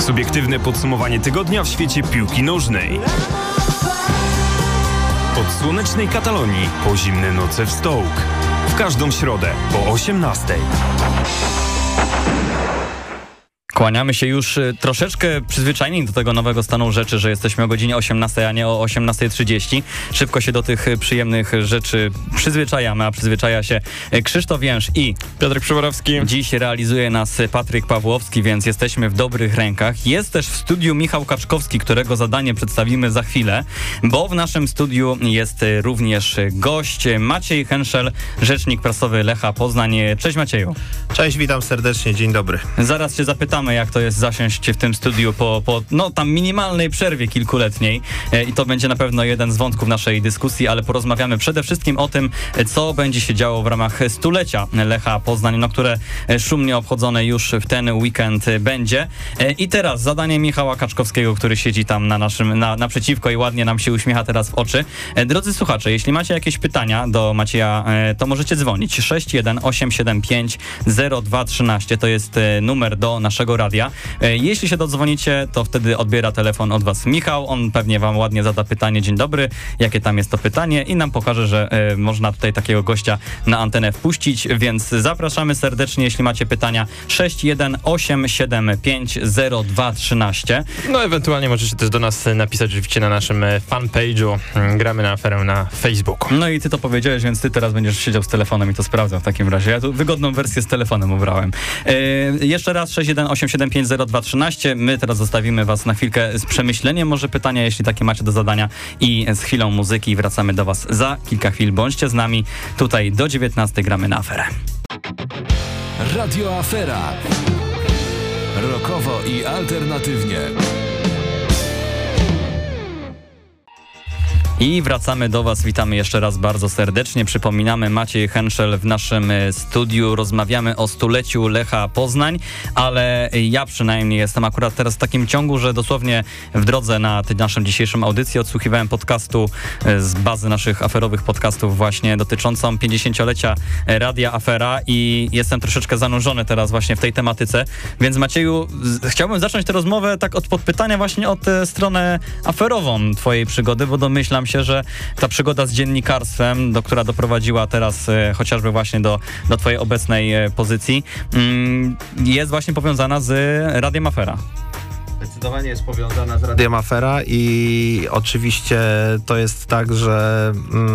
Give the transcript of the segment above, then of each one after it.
Subiektywne podsumowanie tygodnia w świecie piłki nożnej. Od słonecznej Katalonii po zimne noce w Stoke. W każdą środę po 18:00. Kłaniamy się już troszeczkę przyzwyczajeni do tego nowego stanu rzeczy, że jesteśmy o godzinie 18, a nie o 18:30. Szybko się do tych przyjemnych rzeczy przyzwyczajamy, a przyzwyczaja się Krzysztof Jęsz i Piotrek Przyborowski. Dziś realizuje nas Patryk Pawłowski, więc jesteśmy w dobrych rękach. Jest też w studiu Michał Kaczkowski, którego zadanie przedstawimy za chwilę, bo w naszym studiu jest również gość Maciej Henszel, rzecznik prasowy Lecha Poznań. Cześć Macieju. Cześć, witam serdecznie, dzień dobry. Zaraz się zapytamy, jak to jest zasiąść w tym studiu po tam minimalnej przerwie kilkuletniej i to będzie na pewno jeden z wątków naszej dyskusji, ale porozmawiamy przede wszystkim o tym, co będzie się działo w ramach stulecia Lecha Poznań, które szumnie obchodzone już w ten weekend będzie. I teraz zadanie Michała Kaczkowskiego, który siedzi tam naprzeciwko i ładnie nam się uśmiecha teraz w oczy. Drodzy słuchacze, jeśli macie jakieś pytania do Macieja, to możecie dzwonić 61875 0213, to jest numer do naszego radia. Jeśli się dodzwonicie, to wtedy odbiera telefon od was Michał. On pewnie wam ładnie zada pytanie. Dzień dobry, jakie tam jest to pytanie i nam pokaże, że można tutaj takiego gościa na antenę wpuścić, więc zapraszamy serdecznie, jeśli macie pytania 61875 0213. No ewentualnie możecie też do nas napisać oczywiście na naszym fanpage'u Gramy na aferę na Facebooku. No i ty to powiedziałeś, więc ty teraz będziesz siedział z telefonem i to sprawdzał w takim razie. Ja tu wygodną wersję z telefonem ubrałem. Jeszcze raz 61875 0213. My teraz zostawimy was na chwilkę z przemyśleniem może pytania, jeśli takie macie do zadania, i z chwilą muzyki wracamy do was za kilka chwil. Bądźcie z nami tutaj do 19:00. Gramy na aferę. Radio Afera. Rockowo i alternatywnie. I wracamy do was, witamy jeszcze raz bardzo serdecznie. Przypominamy, Maciej Henszel w naszym studiu. Rozmawiamy o stuleciu Lecha Poznań, ale ja przynajmniej jestem akurat teraz w takim ciągu, że dosłownie w drodze na naszą dzisiejszą audycję odsłuchiwałem podcastu z bazy naszych aferowych podcastów właśnie dotyczącą 50-lecia Radia Afera i jestem troszeczkę zanurzony teraz właśnie w tej tematyce, więc Macieju, chciałbym zacząć tę rozmowę tak od podpytania właśnie o tę stronę aferową twojej przygody, bo domyślam się, że ta przygoda z dziennikarstwem, która doprowadziła teraz chociażby właśnie do twojej obecnej pozycji, jest właśnie powiązana z Radiem Afera. Zdecydowanie jest powiązana z Radiem Afera i oczywiście to jest tak, że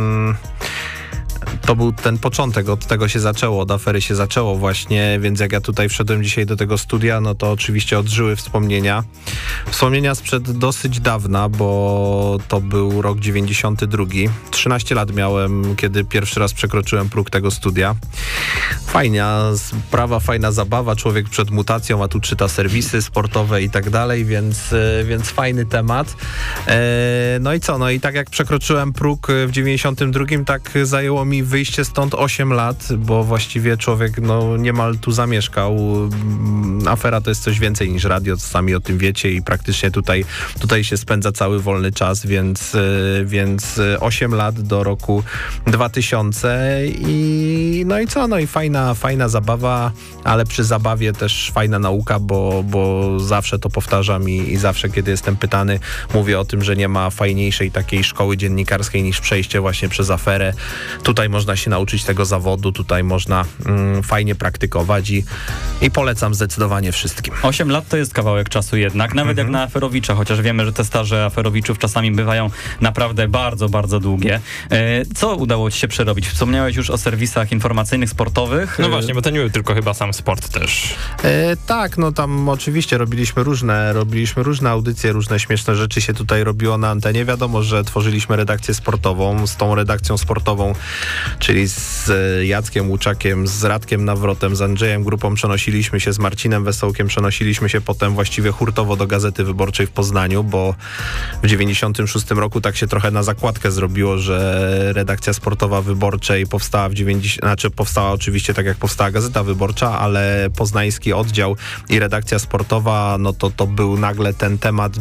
to był ten początek, od tego się zaczęło, od afery się zaczęło właśnie, więc jak ja tutaj wszedłem dzisiaj do tego studia, no to oczywiście odżyły wspomnienia. Wspomnienia sprzed dosyć dawna, bo to był rok 92. 13 lat miałem, kiedy pierwszy raz przekroczyłem próg tego studia. Fajna sprawa, fajna zabawa, człowiek przed mutacją, a tu czyta serwisy sportowe i tak dalej, więc fajny temat. No i co? No i tak jak przekroczyłem próg w 92, tak zajęło mi wyjście stąd 8 lat, bo właściwie człowiek niemal tu zamieszkał. Afera to jest coś więcej niż radio, sami o tym wiecie i praktycznie tutaj się spędza cały wolny czas, więc 8 lat do roku 2000 i no i co? No i fajna zabawa, ale przy zabawie też fajna nauka, bo zawsze to powtarzam i zawsze, kiedy jestem pytany, mówię o tym, że nie ma fajniejszej takiej szkoły dziennikarskiej niż przejście właśnie przez aferę. Tutaj można się nauczyć tego zawodu, tutaj można fajnie praktykować i polecam zdecydowanie wszystkim. 8 lat to jest kawałek czasu jednak, nawet jak na aferowicza, chociaż wiemy, że te staże aferowiczów czasami bywają naprawdę bardzo, bardzo długie. Co udało ci się przerobić? Wspomniałeś już o serwisach informacyjnych, sportowych. No właśnie, bo to nie był tylko chyba sam sport też. Tak, no tam oczywiście robiliśmy różne audycje, różne śmieszne rzeczy się tutaj robiło na antenie. Wiadomo, że tworzyliśmy redakcję sportową. Z tą redakcją sportową, czyli z Jackiem Łuczakiem, z Radkiem Nawrotem, z Andrzejem Grupą przenosiliśmy się, z Marcinem Wesołkiem przenosiliśmy się potem właściwie hurtowo do Gazety Wyborczej w Poznaniu, bo w 96 roku tak się trochę na zakładkę zrobiło, że redakcja sportowa Wyborczej powstała powstała oczywiście tak jak powstała Gazeta Wyborcza, ale poznański oddział i redakcja sportowa, no to był nagle ten temat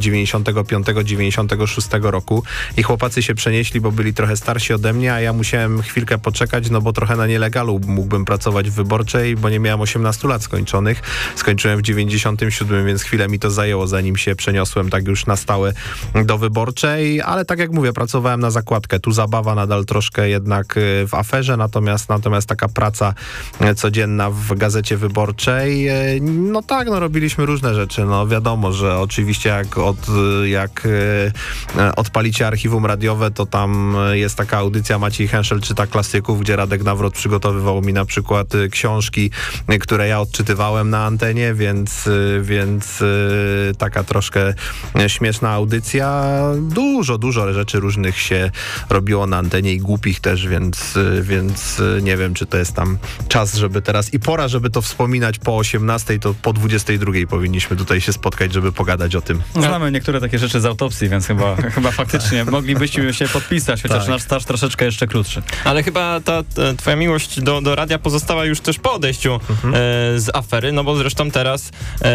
95-96 roku i chłopacy się przenieśli, bo byli trochę starsi ode mnie, a ja musiałem chwilkę poczekać, no bo trochę na nielegalu mógłbym pracować w Wyborczej, bo nie miałem 18 lat skończonych. Skończyłem w 97, więc chwilę mi to zajęło, zanim się przeniosłem tak już na stałe do Wyborczej, ale tak jak mówię, pracowałem na zakładkę. Tu zabawa nadal troszkę jednak w aferze, natomiast taka praca codzienna w Gazecie Wyborczej, no tak, no robiliśmy różne rzeczy. No wiadomo, że oczywiście jak odpalicie archiwum radiowe, to tam jest taka audycja Maciej Henszel czyta klasyków, gdzie Radek Nawrot przygotowywał mi na przykład książki, które ja odczytywałem na antenie, więc taka troszkę śmieszna audycja. Dużo rzeczy różnych się robiło na antenie i głupich też, więc nie wiem, czy to jest tam czas, żeby teraz i pora, żeby to wspominać po 18, to po 22 powinniśmy tutaj się spotkać, żeby pogadać o tym. Znamy niektóre takie rzeczy z autopsji, więc chyba faktycznie moglibyśmy się podpisać, chociaż nasz staż troszeczkę jeszcze krótszy. Ale chyba ta twoja miłość do radia pozostała już też po odejściu z afery, no bo zresztą teraz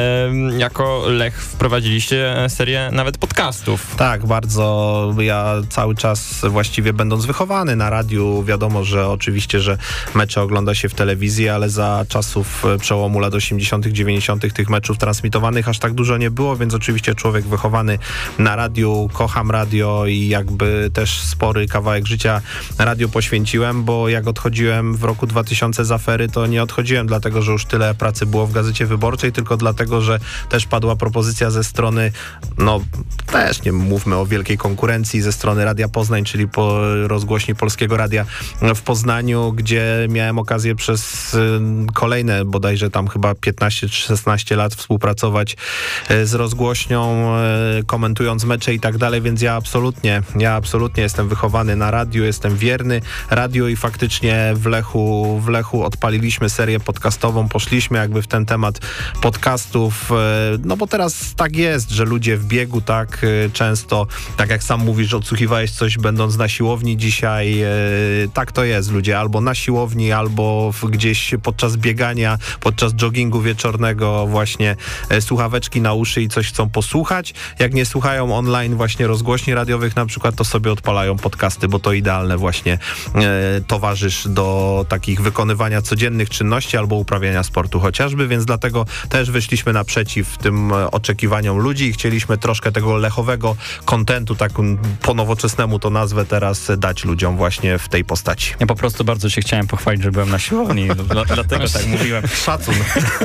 jako Lech wprowadziliście serię nawet podcastów. Tak, bardzo. Ja cały czas właściwie będąc wychowany na radiu, wiadomo, że oczywiście, że mecze ogląda się w telewizji, ale za czasów przełomu lat 80., 90. tych meczów transmitowanych aż tak dużo nie było, więc oczywiście człowiek wychowany na radiu, kocham radio i jakby też spory kawałek życia radiu poświęciłem, bo jak odchodziłem w roku 2000 z afery, to nie odchodziłem dlatego, że już tyle pracy było w Gazecie Wyborczej, tylko dlatego, że też padła propozycja ze strony, no też nie mówmy o wielkiej konkurencji, ze strony Radia Poznań, czyli rozgłośni Polskiego Radia w Poznaniu, gdzie miałem okazję przez kolejne bodajże tam chyba 15 czy 16 lat współpracować z rozgłośnią, komentując mecze i tak dalej, więc ja absolutnie jestem wychowany na radiu, jestem wierny radiu i faktycznie w Lechu odpaliliśmy serię podcastową, poszliśmy jakby w ten temat podcastów, no bo teraz tak jest, że ludzie w biegu tak często, tak jak sam mówisz, odsłuchiwałeś coś będąc na siłowni dzisiaj, tak to jest, ludzie albo na siłowni, albo gdzieś podczas biegania, podczas joggingu wieczornego właśnie słuchaweczki na uszy i coś chcą posłuchać. Jak nie słuchają online właśnie rozgłośni radiowych na przykład, to sobie odpalają podcasty, bo to idealne właśnie towarzysz do takich wykonywania codziennych czynności albo uprawiania sportu chociażby, więc dlatego też wyszliśmy naprzeciw tym oczekiwaniom ludzi i chcieliśmy troszkę tego lechowego kontentu, tak po nowoczesnemu to nazwę teraz, dać ludziom właśnie w tej postaci. Ja po prostu bardzo się chciałem pochwalić, że byłem na siłowni, dlatego tak mówiłem. Szacun.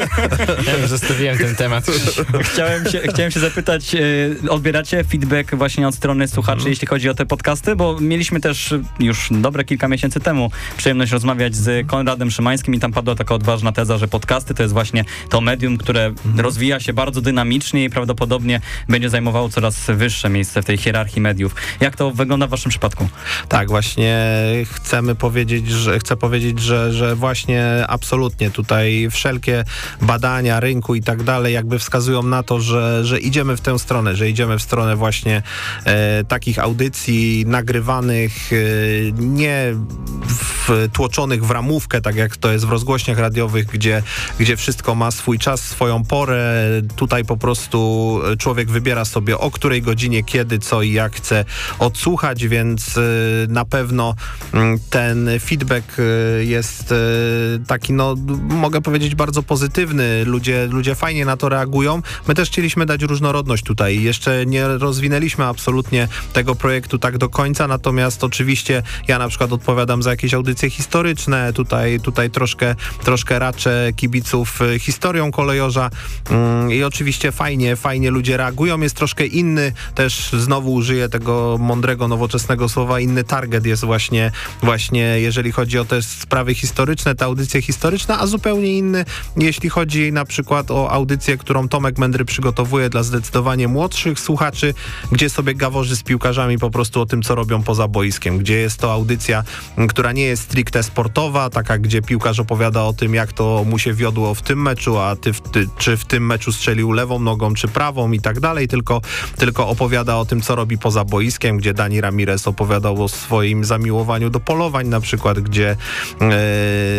Ja już zostawiłem ten temat. Chciałem się zapytać, odbieracie feedback właśnie od strony słuchaczy, jeśli chodzi o te podcasty, bo mieliśmy też już dobre kilka miesięcy temu przyjemność rozmawiać z Konradem Szymańskim i tam padła taka odważna teza, że podcasty to jest właśnie to medium, które rozwija się bardzo dynamicznie i prawdopodobnie będzie zajmowało coraz wyższe miejsce w tej hierarchii mediów. Jak to wygląda w waszym przypadku? Tak, właśnie chcę powiedzieć, że właśnie absolutnie tutaj wszelkie badania rynku i tak dalej jakby wskazują na to, że idziemy w tę stronę, że idziemy w stronę właśnie takich audycji nagrywanych, nie tłoczonych w ramówkę, tak jak to jest w rozgłośniach radiowych, gdzie wszystko ma swój czas, swoją porę. Tutaj po prostu człowiek wybiera sobie o której godzinie, kiedy, co i jak chce odsłuchać, więc na pewno ten feedback jest taki, no mogę powiedzieć, bardzo pozytywny. Ludzie fajnie na to reagują. My też chcieliśmy dać różnorodność tutaj. Jeszcze nie rozwinęliśmy absolutnie tego projektu tak do końca, natomiast oczywiście ja na przykład odpowiadam za jakieś audycje historyczne. Tutaj troszkę raczę kibiców historią kolejorza i oczywiście fajnie ludzie reagują. Jest troszkę inny, też znowu użyję tego mądrego, nowoczesnego słowa, inny target jest właśnie jeżeli chodzi o te sprawy historyczne, te audycje historyczne, a zupełnie inny, jeśli chodzi na przykład o audycję, którą Tomek Mędry przygotowuje dla zdecydowanie młodszych słuchaczy, gdzie sobie gaworzy z piłkarzami po prostu o tym, co robią poza boiskiem, gdzie jest to audycja, która nie jest stricte sportowa, taka, gdzie piłkarz opowiada o tym, jak to mu się wiodło w tym meczu, a czy w tym meczu strzelił lewą nogą, czy prawą i tak dalej, tylko opowiada o tym, co robi poza boiskiem, gdzie Dani Ramirez opowiadał o swoim zamiłowaniu do polowań na przykład, gdzie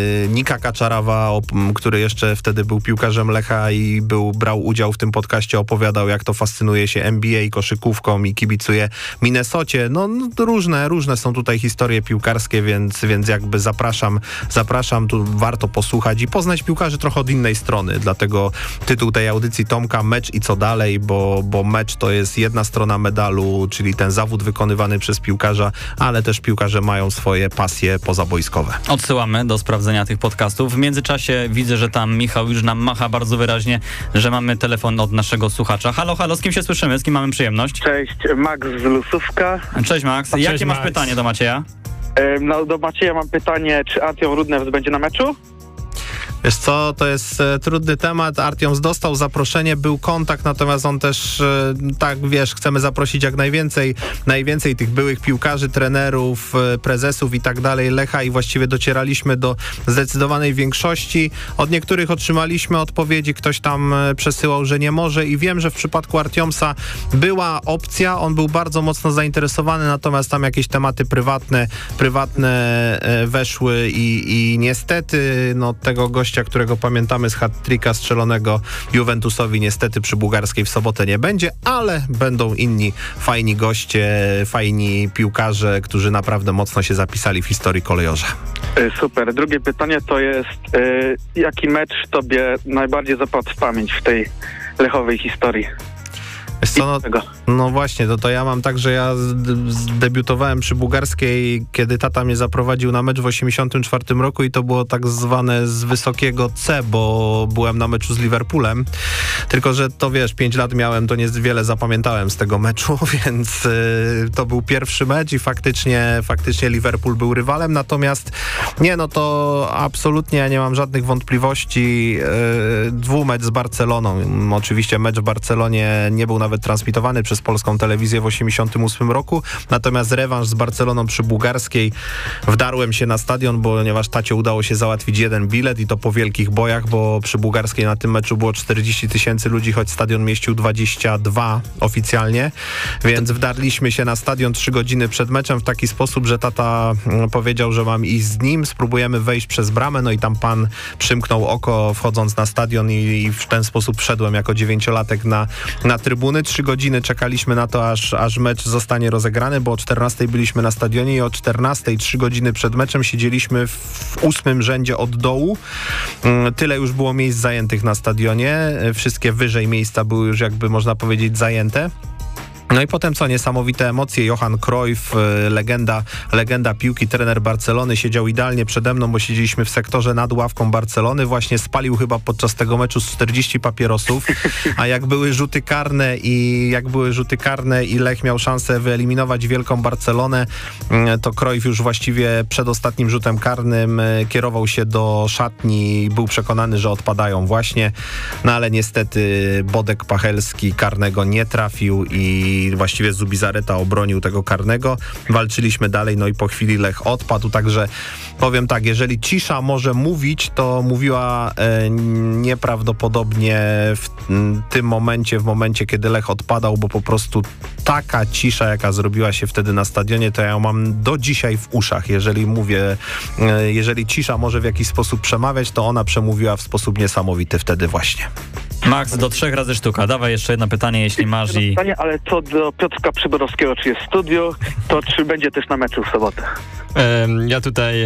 Nika Kaczarawa, który jeszcze wtedy był piłkarzem Lecha i brał udział w tym podcaście, opowiadał, jak to fascynuje się NBA, koszykówką i kibicuje Minnesocie. No różne są tutaj historie piłkarskie, więc jakby zapraszam, tu warto posłuchać i poznać piłkarzy trochę od innej strony. Dlatego tytuł tej audycji Tomka Mecz i co dalej, bo mecz to jest jedna strona medalu, czyli ten zawód wykonywany przez piłkarza, ale też piłkarze mają swoje pasje pozabojskowe. Odsyłamy do sprawdzenia tych podcastów. W międzyczasie widzę, że tam Michał już nam macha bardzo wyraźnie, że mamy telefon od naszego słuchacza. Halo, z kim się słyszymy? Z kim mamy przyjemność? Cześć, Max z Lusówka. Cześć Max. Jakie masz pytanie do Macieja? No, do Macieja mam pytanie, czy Artiom Rudnew będzie na meczu? Wiesz co, to jest trudny temat. Artioms dostał zaproszenie, był kontakt, natomiast on też, tak wiesz, chcemy zaprosić jak najwięcej tych byłych piłkarzy, trenerów, prezesów i tak dalej Lecha i właściwie docieraliśmy do zdecydowanej większości. Od niektórych otrzymaliśmy odpowiedzi, ktoś tam przesyłał, że nie może i wiem, że w przypadku Artiomsa była opcja, on był bardzo mocno zainteresowany, natomiast tam jakieś tematy prywatne weszły i niestety no tego gościa, którego pamiętamy z hat-tricka strzelonego Juventusowi, niestety przy Bułgarskiej w sobotę nie będzie, ale będą inni fajni goście, fajni piłkarze, którzy naprawdę mocno się zapisali w historii kolejorza. Super. Drugie pytanie to jest, jaki mecz tobie najbardziej zapadł w pamięć w tej lechowej historii? Wiesz co, no właśnie, to ja mam tak, że ja debiutowałem przy Bułgarskiej, kiedy tata mnie zaprowadził na mecz w 1984 roku i to było tak zwane z wysokiego C, bo byłem na meczu z Liverpoolem. Tylko że to wiesz, 5 lat miałem, to niewiele zapamiętałem z tego meczu, więc to był pierwszy mecz i faktycznie Liverpool był rywalem, natomiast nie, no to absolutnie ja nie mam żadnych wątpliwości. Dwumecz z Barceloną. Oczywiście mecz w Barcelonie nie był nawet transmitowany przez polską telewizję w 1988 roku, natomiast rewanż z Barceloną przy Bułgarskiej wdarłem się na stadion, ponieważ tacie udało się załatwić jeden bilet i to po wielkich bojach, bo przy Bułgarskiej na tym meczu było 40 000 ludzi, choć stadion mieścił 22 oficjalnie, więc wdarliśmy się na stadion 3 godziny przed meczem w taki sposób, że tata powiedział, że mam iść z nim, spróbujemy wejść przez bramę, no i tam pan przymknął oko wchodząc na stadion i w ten sposób wszedłem jako 9-latek na trybuny. 3 godziny czekaliśmy na to, aż mecz zostanie rozegrany, bo o 14 byliśmy na stadionie i o 14 3 godziny przed meczem siedzieliśmy w 8. rzędzie od dołu. Tyle już było miejsc zajętych na stadionie. Wszystkie wyżej miejsca były już jakby można powiedzieć zajęte. No i potem co, niesamowite emocje. Johan Cruyff, legenda piłki, trener Barcelony, siedział idealnie przede mną, bo siedzieliśmy w sektorze nad ławką Barcelony. Właśnie spalił chyba podczas tego meczu 40 papierosów, a jak były rzuty karne i Lech miał szansę wyeliminować wielką Barcelonę, to Cruyff już właściwie przed ostatnim rzutem karnym kierował się do szatni i był przekonany, że odpadają właśnie. No ale niestety Bodek Pachelski karnego nie trafił i właściwie Zubizarreta obronił tego karnego. Walczyliśmy dalej, no i po chwili Lech odpadł, także powiem tak, jeżeli cisza może mówić, to mówiła nieprawdopodobnie w tym momencie, kiedy Lech odpadał, bo po prostu taka cisza, jaka zrobiła się wtedy na stadionie, to ja ją mam do dzisiaj w uszach. Jeżeli cisza może w jakiś sposób przemawiać, to ona przemówiła w sposób niesamowity wtedy właśnie. Max, do 3 razy sztuka. Dawaj jeszcze jedno pytanie, jeśli masz i... Pytanie, ale co do Piotrka Przyborowskiego, czy jest w studiu, to czy będzie też na meczu w sobotę? Ja tutaj...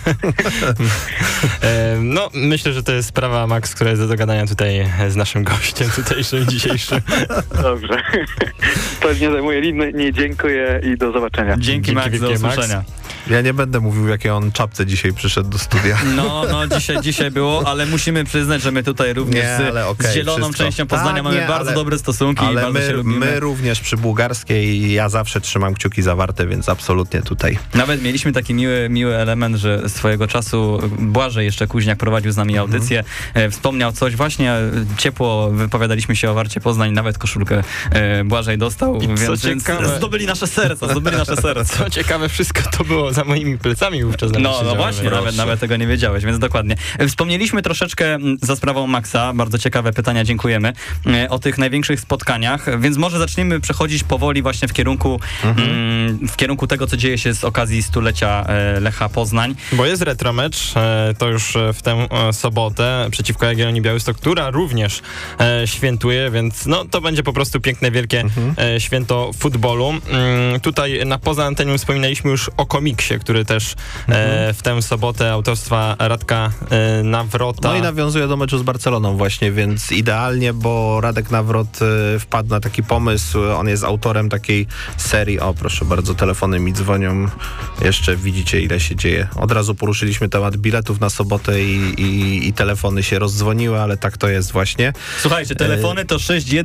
no, myślę, że to jest sprawa, Max, która jest do dogadania tutaj z naszym gościem tutejszym, dzisiejszym. Dobrze. To nie zajmuje linii, dziękuję i do zobaczenia. Dzięki Max, do usłyszenia. Ja nie będę mówił, w jakiej on czapce dzisiaj przyszedł do studia. No, dzisiaj było, ale musimy przyznać, że my tutaj również z zieloną częścią Poznania mamy bardzo dobre stosunki i bardzo się lubimy. My również przy Bułgarskiej, ja zawsze trzymam kciuki zawarte, więc absolutnie tutaj. Nawet mieliśmy taki miły element, że swojego czasu Błażej jeszcze Kuźniak prowadził z nami audycję, wspomniał coś, właśnie ciepło wypowiadaliśmy się o Warcie Poznań, nawet koszulkę Błażej dostał, więc ciekawe, zdobyli nasze serca. Co ciekawe, wszystko to było za moimi plecami wówczas. No właśnie, nawet tego nie wiedziałeś, więc dokładnie. Wspomnieliśmy troszeczkę za sprawą Maxa, bardzo ciekawe pytania, dziękujemy, o tych największych spotkaniach, więc może zaczniemy przechodzić powoli właśnie w kierunku tego, co dzieje się z okazji stulecia Lecha Poznań. Bo jest retromecz, to już w tę sobotę przeciwko Jagiellonii Białystok, która również świętuje, więc no to będzie po prostu piękne, wielkie święto futbolu. Tutaj poza antenią wspominaliśmy już o komiksie, który też w tę sobotę autorstwa Radka Nawrota. No i nawiązuje do meczu z Barceloną właśnie, więc idealnie, bo Radek Nawrot wpadł na taki pomysł, on jest autorem takiej serii, o proszę bardzo, telefony mi dzwonią, jeszcze widzicie ile się dzieje. Od razu poruszyliśmy temat biletów na sobotę i telefony się rozdzwoniły, ale tak to jest właśnie. Słuchajcie, telefony to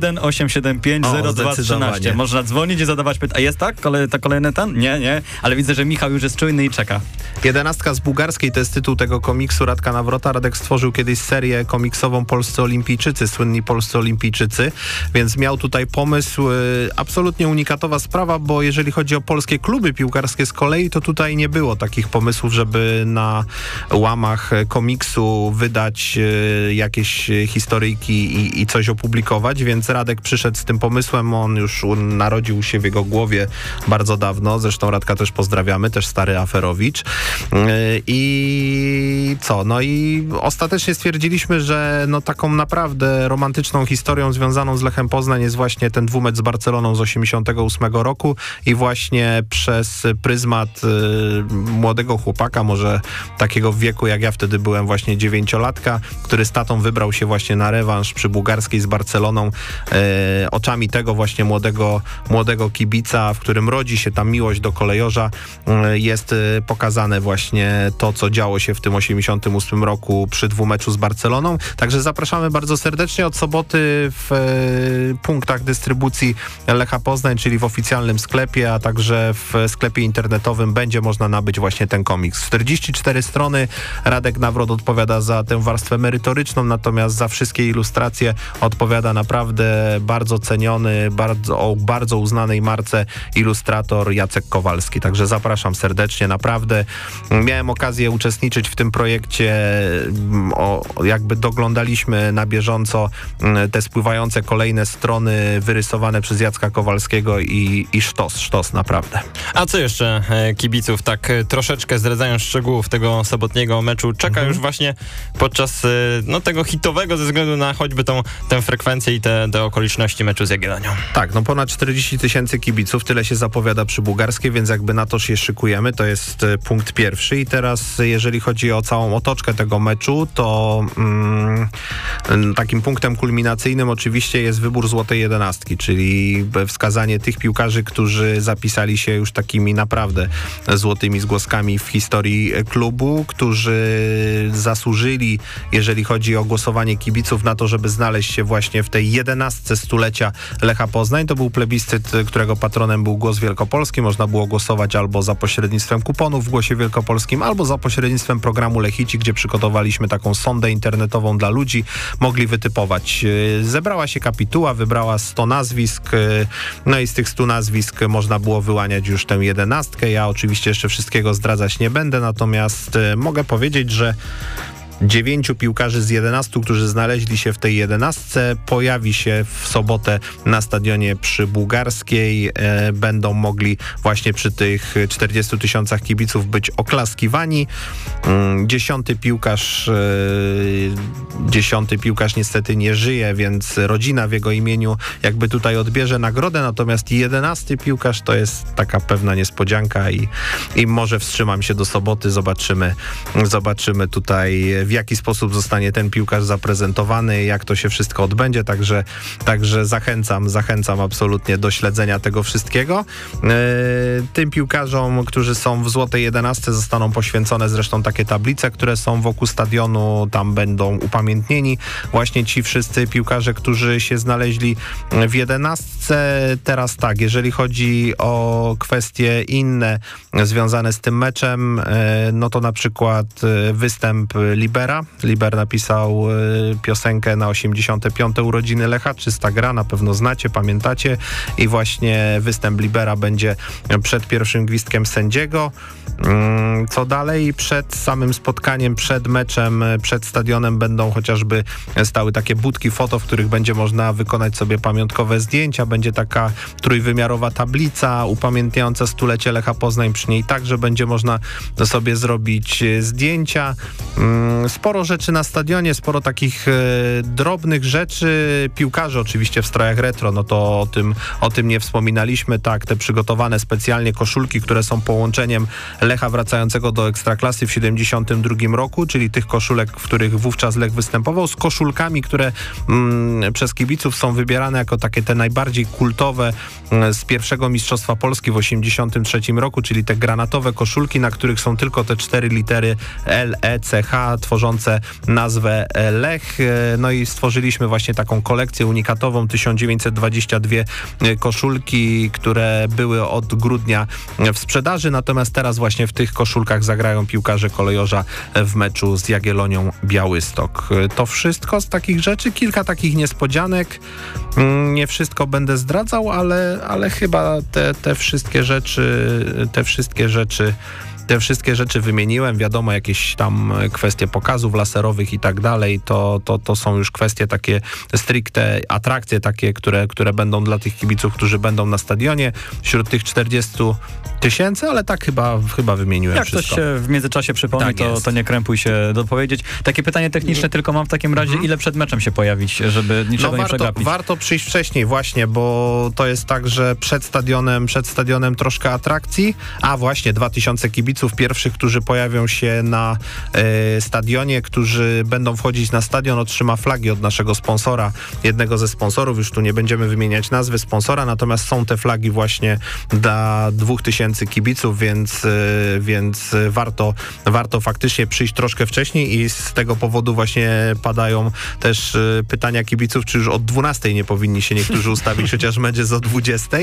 618750213. Można dzwonić i zadawać pytania. A jest tak? Kolejny ten? Nie, ale widzę, że Michał już jest czujny i czeka. 11 z bułgarskiej to jest tytuł tego komiksu Radka Nawrota. Radek stworzył kiedyś serię komiksową Polscy Olimpijczycy, słynni Polscy Olimpijczycy, więc miał tutaj pomysł, absolutnie unikatowa sprawa, bo jeżeli chodzi o polskie kluby piłkarskie z kolei, to tutaj nie było takich pomysłów, żeby na łamach komiksu wydać jakieś historyjki i coś opublikować, więc Radek przyszedł z tym pomysłem, on już narodził się w jego głowie bardzo dawno, zresztą Radka też pozdrawiamy, też stary aferowicz. I co? No i ostatecznie stwierdziliśmy, że no taką naprawdę romantyczną historią związaną z Lechem Poznań jest właśnie ten dwumecz z Barceloną z 88 roku i właśnie przez pryzmat młodego chłopaka, może takiego w wieku jak ja wtedy byłem, właśnie 9-latka, który z tatą wybrał się właśnie na rewanż przy bułgarskiej z Barceloną, oczami tego właśnie młodego kibica, w którym rodzi się ta miłość do kolejorza, jest pokazane właśnie to, co działo się w tym 88 roku przy dwumeczu z Barceloną. Także zapraszamy bardzo serdecznie od soboty w punktach dystrybucji Lecha Poznań, czyli w oficjalnym sklepie, a także w sklepie internetowym będzie można nabyć właśnie ten komiks. 44 strony. Radek Nawrot odpowiada za tę warstwę merytoryczną, natomiast za wszystkie ilustracje odpowiada naprawdę bardzo ceniony, bardzo uznanej marce ilustrator Jacek Kowalski. Także zapraszam serdecznie, naprawdę. Miałem okazję uczestniczyć w tym projekcie, jakby doglądaliśmy na bieżąco te spływające kolejne strony wyrysowane przez Jacka Kowalskiego i sztos naprawdę. A co jeszcze kibiców, tak troszeczkę zdradzając szczegółów tego sobotniego meczu, czeka już właśnie podczas tego hitowego ze względu na choćby tę frekwencję i te okoliczności meczu z Jagiellonią. Tak, no ponad 40 000 kibiców, tyle się zapowiada przy bułgarskiej, więc jakby na to się szykujemy, to jest punkt pierwszy. I teraz jeżeli chodzi o całą otoczkę tego meczu, to takim punktem kulminacyjnym oczywiście jest wybór złotej jedenastki, czyli wskazanie tych piłkarzy, którzy zapisali się już takimi naprawdę złotymi zgłoskami w historii klubu, którzy zasłużyli, jeżeli chodzi o głosowanie kibiców, na to, żeby znaleźć się właśnie w tej 11 stulecia Lecha Poznań. To był plebiscyt, którego patronem był Głos Wielkopolski. Można było głosować albo za pośrednictwem kuponów w Głosie Wielkopolskim, albo za pośrednictwem programu Lechici, gdzie przygotowaliśmy taką sondę internetową dla ludzi. Mogli wytypować. Zebrała się kapituła, wybrała 100 nazwisk, no i z tych 100 nazwisk można było wyłaniać już tę 11. Ja oczywiście jeszcze wszystkiego zdradzać nie będę, natomiast mogę powiedzieć, że 9 piłkarzy z 11, którzy znaleźli się w tej 11, pojawi się w sobotę na stadionie przy Bułgarskiej. Będą mogli właśnie przy tych 40 000 kibiców być oklaskiwani. 10 piłkarz niestety nie żyje, więc rodzina w jego imieniu jakby tutaj odbierze nagrodę, natomiast 11 piłkarz to jest taka pewna niespodzianka i może wstrzymam się do soboty, zobaczymy tutaj, w jaki sposób zostanie ten piłkarz zaprezentowany, jak to się wszystko odbędzie, także zachęcam absolutnie do śledzenia tego wszystkiego. Tym piłkarzom, którzy są w złotej 11, zostaną poświęcone zresztą takie tablice, które są wokół stadionu, tam będą upamiętnieni właśnie ci wszyscy piłkarze, którzy się znaleźli w 11. Polsce. Teraz tak, jeżeli chodzi o kwestie inne związane z tym meczem, no to na przykład występ Libera. Liber napisał piosenkę na 85. urodziny Lecha, Czysta gra, na pewno znacie, pamiętacie, i właśnie występ Libera będzie przed pierwszym gwizdkiem sędziego. Co dalej? Przed samym spotkaniem, przed meczem, przed stadionem będą chociażby stały takie budki foto, w których będzie można wykonać sobie pamiątkowe zdjęcia. Będzie taka trójwymiarowa tablica upamiętniająca stulecie Lecha Poznań. Przy niej także będzie można sobie zrobić zdjęcia. Sporo rzeczy na stadionie, sporo takich drobnych rzeczy. Piłkarze oczywiście w strojach retro, no to o tym nie wspominaliśmy. Tak, te przygotowane specjalnie koszulki, które są połączeniem Lecha wracającego do Ekstraklasy w 72 roku, czyli tych koszulek, w których wówczas Lech występował, z koszulkami, które przez kibiców są wybierane jako takie te najbardziej kultowe z pierwszego Mistrzostwa Polski w 83 roku, czyli te granatowe koszulki, na których są tylko te 4 litery L, E, C, H tworzące nazwę Lech. No i stworzyliśmy właśnie taką kolekcję unikatową, 1922 koszulki, które były od grudnia w sprzedaży, natomiast teraz właśnie w tych koszulkach zagrają piłkarze Kolejorza w meczu z Jagiellonią Białystok. To wszystko z takich rzeczy, kilka takich niespodzianek. Nie wszystko będę zdradzał, ale chyba te wszystkie rzeczy wymieniłem. Wiadomo, jakieś tam kwestie pokazów laserowych i tak dalej, to są już kwestie takie stricte, atrakcje takie, które będą dla tych kibiców, którzy będą na stadionie. Wśród tych 40 000, ale tak chyba wymieniłem jak wszystko. Jak ktoś się w międzyczasie przypomni, tak to nie krępuj się dopowiedzieć. Takie pytanie techniczne tylko mam w takim razie, ile przed meczem się pojawić, żeby niczego nie przegapić? Warto przyjść wcześniej właśnie, bo to jest tak, że przed stadionem troszkę atrakcji, a właśnie 2000 kibiców pierwszych, którzy pojawią się na stadionie, którzy będą wchodzić na stadion, otrzyma flagi od naszego sponsora, jednego ze sponsorów, już tu nie będziemy wymieniać nazwy sponsora, natomiast są te flagi właśnie dla 2000 kibiców, więc warto faktycznie przyjść troszkę wcześniej i z tego powodu właśnie padają też pytania kibiców, czy już od 12 nie powinni się niektórzy ustawić, chociaż będzie o 20.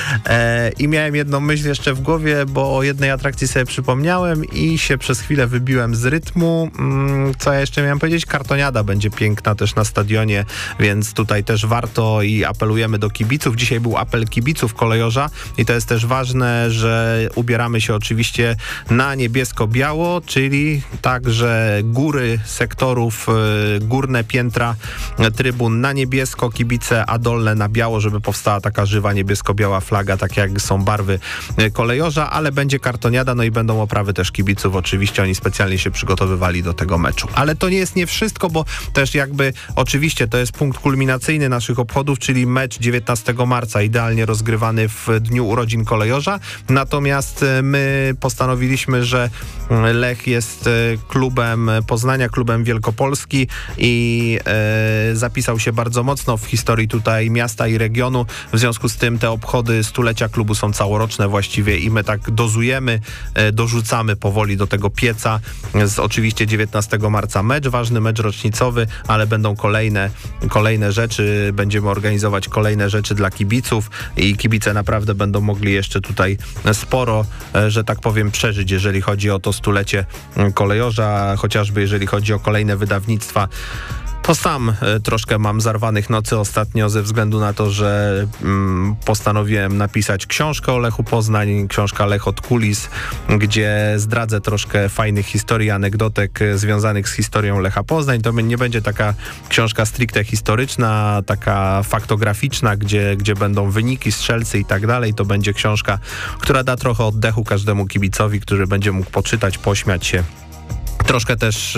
I miałem jedną myśl jeszcze w głowie, bo o jednej atrakcji sobie przypomniałem i się przez chwilę wybiłem z rytmu. Co ja jeszcze miałem powiedzieć? Kartoniada będzie piękna też na stadionie, więc tutaj też warto i apelujemy do kibiców. Dzisiaj był apel kibiców Kolejorza i to jest też ważne, że ubieramy się oczywiście na niebiesko-biało, czyli także góry sektorów, górne piętra trybun na niebiesko, kibice, a dolne na biało, żeby powstała taka żywa niebiesko-biała flaga, tak jak są barwy Kolejorza, ale będzie kartoniada, no i będą oprawy też kibiców. Oczywiście oni specjalnie się przygotowywali do tego meczu. Ale to nie jest nie wszystko, bo też jakby oczywiście to jest punkt kulminacyjny naszych obchodów, czyli mecz 19 marca, idealnie rozgrywany w dniu urodzin Kolejorza. Natomiast my postanowiliśmy, że Lech jest klubem Poznania, klubem Wielkopolski i zapisał się bardzo mocno w historii tutaj miasta i regionu. W związku z tym te obchody stulecia klubu są całoroczne właściwie i my tak dozujemy, dorzucamy powoli do tego pieca. Oczywiście 19 marca mecz, ważny mecz rocznicowy, ale będą kolejne rzeczy, będziemy organizować kolejne rzeczy dla kibiców i kibice naprawdę będą mogli jeszcze tutaj sporo, że tak powiem, przeżyć, jeżeli chodzi o to stulecie Kolejorza, chociażby jeżeli chodzi o kolejne wydawnictwa. To sam troszkę mam zarwanych nocy ostatnio ze względu na to, że postanowiłem napisać książkę o Lechu Poznań, książka Lech od kulis, gdzie zdradzę troszkę fajnych historii, anegdotek związanych z historią Lecha Poznań. To nie będzie taka książka stricte historyczna, taka faktograficzna, gdzie będą wyniki, strzelcy i tak dalej. To będzie książka, która da trochę oddechu każdemu kibicowi, który będzie mógł poczytać, pośmiać się. Troszkę też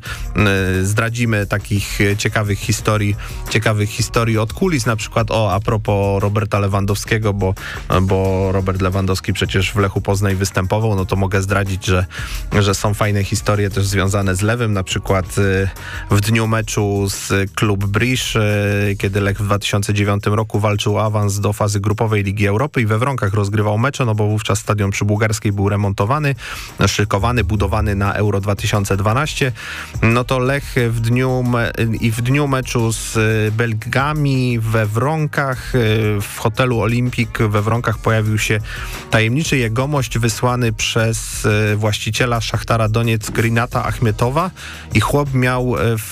zdradzimy takich ciekawych historii od kulis, na przykład a propos Roberta Lewandowskiego, bo Robert Lewandowski przecież w Lechu Poznań występował, no to mogę zdradzić, że są fajne historie też związane z Lewem, na przykład w dniu meczu z Klub Brisz, kiedy Lech w 2009 roku walczył o awans do fazy grupowej Ligi Europy i we Wronkach rozgrywał mecze, no bo wówczas stadion przy Bułgarskiej był remontowany, szykowany, budowany na Euro 2020 2012, no to Lech w dniu meczu z Belgami we Wronkach, w hotelu Olimpik we Wronkach pojawił się tajemniczy jegomość wysłany przez właściciela Szachtara Donieck Rinata Achmetowa i chłop miał w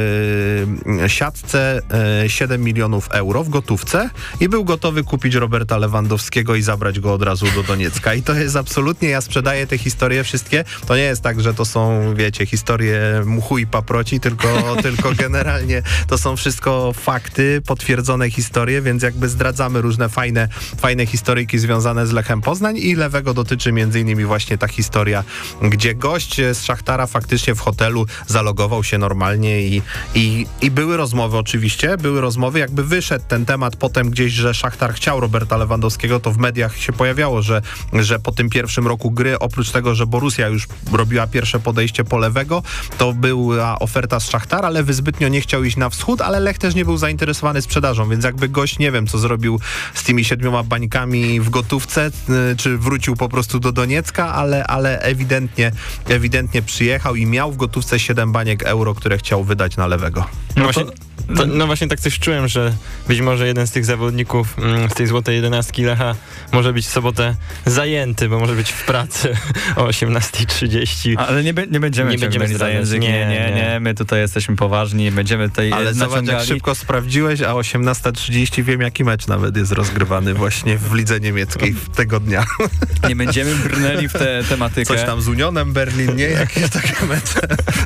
siatce 7 milionów euro w gotówce i był gotowy kupić Roberta Lewandowskiego i zabrać go od razu do Doniecka. I to jest absolutnie, ja sprzedaję te historie wszystkie. To nie jest tak, że to są, wiecie, historie mchu i paproci, tylko generalnie to są wszystko fakty, potwierdzone historie, więc jakby zdradzamy różne fajne historyjki związane z Lechem Poznań i Lewego dotyczy między innymi właśnie ta historia, gdzie gość z Szachtara faktycznie w hotelu zalogował się normalnie i były rozmowy oczywiście, jakby wyszedł ten temat potem gdzieś, że Szachtar chciał Roberta Lewandowskiego, to w mediach się pojawiało, że po tym pierwszym roku gry, oprócz tego, że Borussia już robiła pierwsze podejście po Lewego, to była oferta z Szachtara, Lewy zbytnio nie chciał iść na wschód, ale Lech też nie był zainteresowany sprzedażą, więc jakby gość nie wiem, co zrobił z tymi 7 bańkami w gotówce, czy wrócił po prostu do Doniecka, ale ewidentnie przyjechał i miał w gotówce 7 baniek euro, które chciał wydać na Lewego. No właśnie tak coś czułem, że być może jeden z tych zawodników z tej złotej 11 Lecha może być w sobotę zajęty, bo może być w pracy o 18:30. Ale nie będziemy ciągnąć za język. Nie, my tutaj jesteśmy poważni, będziemy tutaj ale zobacz, jak szybko sprawdziłeś, a 18:30 wiem, jaki mecz nawet jest rozgrywany właśnie w lidze niemieckiej tego dnia. Nie będziemy brnęli w tę tematykę. Coś tam z Unionem Berlin, nie? Jakieś takie mecze.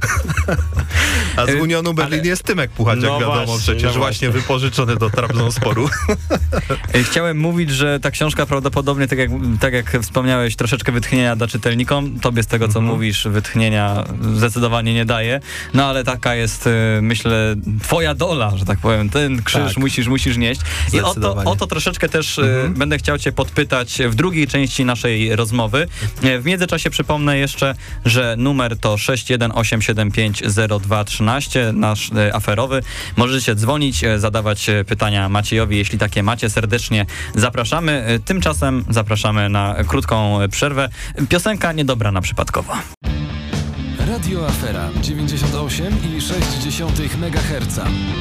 A z Unionu Berlin jest Tymek Puchaciak, no wiadomo, przecież właśnie wypożyczony do Trabzonsporu. Chciałem mówić, że ta książka prawdopodobnie, tak jak wspomniałeś, troszeczkę wytchnienia da czytelnikom. Tobie z tego, co mówisz, wytchnienia zdecydowanie nie daje. No ale taka jest, myślę, twoja dola, że tak powiem. Ten krzyż musisz nieść. I o to troszeczkę też będę chciał cię podpytać w drugiej części naszej rozmowy. W międzyczasie przypomnę jeszcze, że numer to 618750213, nasz aferowy. Możecie dzwonić, zadawać pytania Maciejowi, jeśli takie macie. Serdecznie zapraszamy. Tymczasem zapraszamy na krótką przerwę. Piosenka niedobrana przypadkowo. Radio Afera 98,6 MHz.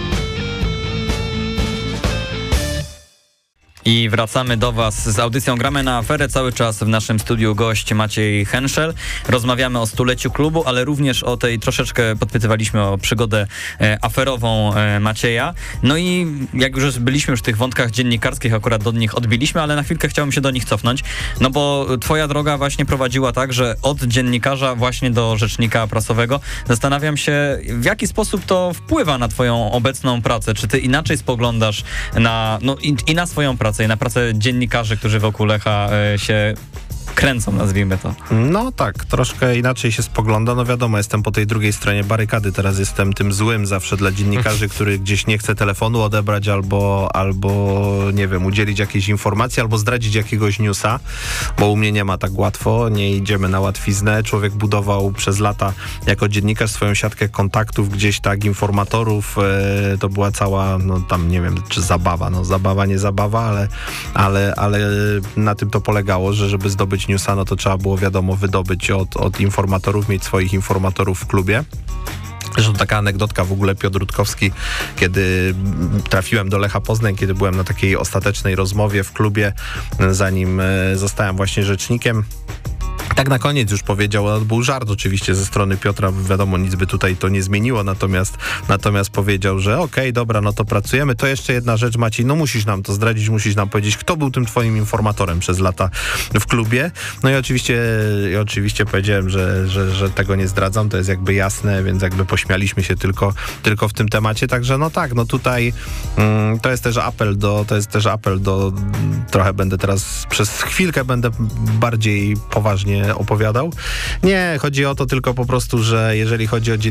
I wracamy do Was z audycją Gramy na Aferę. Cały czas w naszym studiu gość Maciej Henszel. Rozmawiamy o stuleciu klubu, ale również o tej, troszeczkę podpytywaliśmy o przygodę aferową Macieja. No i jak już byliśmy w tych wątkach dziennikarskich, akurat do nich odbiliśmy, ale na chwilkę chciałbym się do nich cofnąć, no bo twoja droga właśnie prowadziła tak, że od dziennikarza właśnie do rzecznika prasowego. Zastanawiam się, w jaki sposób to wpływa na twoją obecną pracę. Czy ty inaczej spoglądasz na, no i na swoją pracę, i na pracę dziennikarzy, którzy wokół Lecha się kręcą, nazwijmy to. No tak, troszkę inaczej się spogląda. No wiadomo, jestem po tej drugiej stronie barykady. Teraz jestem tym złym zawsze dla dziennikarzy, który gdzieś nie chce telefonu odebrać albo nie wiem, udzielić jakiejś informacji, albo zdradzić jakiegoś newsa, bo u mnie nie ma tak łatwo, nie idziemy na łatwiznę. Człowiek budował przez lata jako dziennikarz swoją siatkę kontaktów, gdzieś tak, informatorów. To była cała, no tam nie wiem, czy zabawa. No zabawa, nie zabawa, ale na tym to polegało, że żeby zdobyć newsa, no to trzeba było, wiadomo, wydobyć od informatorów, mieć swoich informatorów w klubie. Zresztą taka anegdotka w ogóle, Piotr Rutkowski, kiedy trafiłem do Lecha Poznań, kiedy byłem na takiej ostatecznej rozmowie w klubie, zanim zostałem właśnie rzecznikiem, tak na koniec już powiedział, no, był żart oczywiście ze strony Piotra, wiadomo, nic by tutaj to nie zmieniło, natomiast powiedział, że okej, dobra, no to pracujemy. To jeszcze jedna rzecz, Maciej, no musisz nam to zdradzić, musisz nam powiedzieć, kto był tym twoim informatorem przez lata w klubie. No i oczywiście powiedziałem, że tego nie zdradzam, to jest jakby jasne, więc jakby pośmialiśmy się tylko w tym temacie, także no tak, no tutaj to jest też apel do trochę będę teraz, przez chwilkę będę bardziej poważnie opowiadał. Nie, chodzi o to tylko po prostu, że jeżeli chodzi o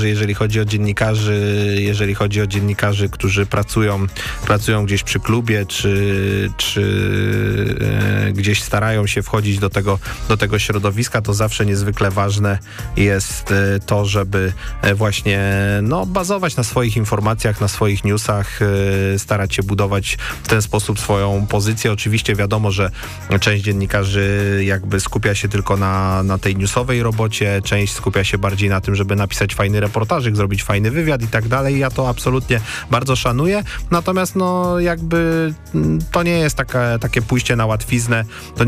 dziennikarzy, którzy pracują gdzieś przy klubie, czy gdzieś starają się wchodzić do tego środowiska, to zawsze niezwykle ważne jest to, żeby właśnie bazować na swoich informacjach, na swoich newsach, starać się budować w ten sposób swoją pozycję. Oczywiście wiadomo, że część dziennikarzy jakby skupia się tylko tylko na tej newsowej robocie, część skupia się bardziej na tym, żeby napisać fajny reportażyk, zrobić fajny wywiad i tak dalej. Ja to absolutnie bardzo szanuję, natomiast no jakby to nie jest takie pójście na łatwiznę,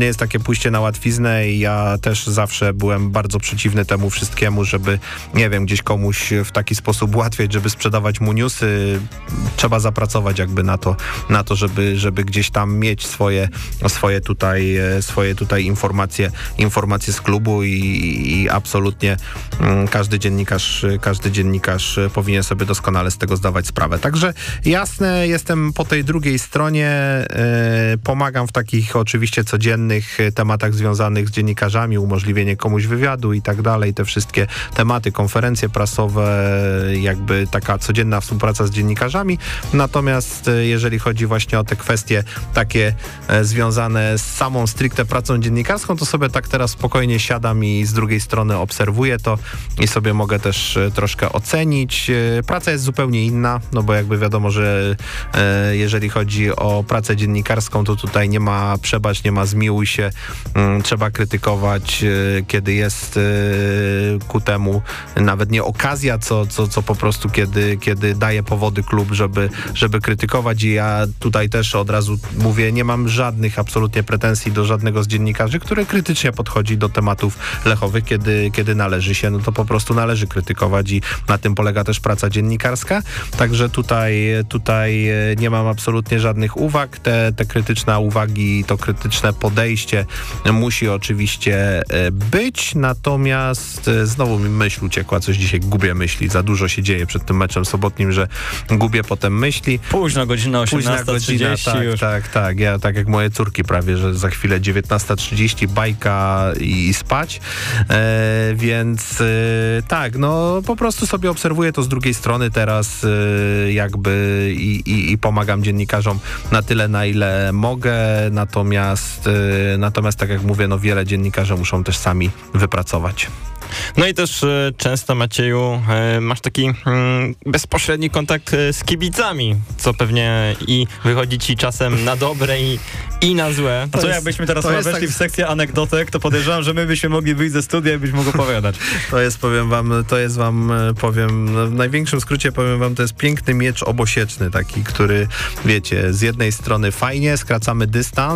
i ja też zawsze byłem bardzo przeciwny temu wszystkiemu, żeby, nie wiem, gdzieś komuś w taki sposób ułatwiać, żeby sprzedawać mu newsy. Trzeba zapracować jakby na to, żeby gdzieś tam mieć swoje tutaj informacje z klubu i absolutnie każdy dziennikarz powinien sobie doskonale z tego zdawać sprawę. Także jasne, jestem po tej drugiej stronie, pomagam w takich oczywiście codziennych tematach związanych z dziennikarzami, umożliwienie komuś wywiadu i tak dalej, te wszystkie tematy, konferencje prasowe, jakby taka codzienna współpraca z dziennikarzami. Natomiast jeżeli chodzi właśnie o te kwestie takie związane z samą stricte pracą dziennikarską, to sobie tak teraz spokojnie siadam i z drugiej strony obserwuję to i sobie mogę też troszkę ocenić. Praca jest zupełnie inna, no bo jakby wiadomo, że jeżeli chodzi o pracę dziennikarską, to tutaj nie ma przebacz, nie ma zmiłuj się, trzeba krytykować, kiedy jest ku temu nawet nie okazja, co po prostu kiedy daje powody klub, żeby krytykować, i ja tutaj też od razu mówię, nie mam żadnych absolutnie pretensji do żadnego z dziennikarzy, który krytycznie podchodzi do tematów lechowych, kiedy należy się, no to po prostu należy krytykować i na tym polega też praca dziennikarska, także tutaj nie mam absolutnie żadnych uwag, te krytyczne uwagi, to krytyczne podejście musi oczywiście być, natomiast znowu mi myśl uciekła, coś dzisiaj gubię myśli, za dużo się dzieje przed tym meczem sobotnim, że gubię potem myśli. Późno, godzina 18:30 już. Tak, ja tak jak moje córki prawie, że za chwilę 19:30 bajka i spać, więc tak, no po prostu sobie obserwuję to z drugiej strony teraz jakby i pomagam dziennikarzom na tyle, na ile mogę, natomiast tak jak mówię, no wiele dziennikarzy muszą też sami wypracować. No i też często, Macieju, masz taki bezpośredni kontakt z kibicami, co pewnie i wychodzi ci czasem na dobre i na złe. To jakbyśmy teraz weszli w sekcję anegdotek, to podejrzewam, że my byśmy mogli wyjść ze studia i byś mógł opowiadać. Powiem w największym skrócie powiem wam, to jest piękny miecz obosieczny taki, który, wiecie, z jednej strony fajnie, skracamy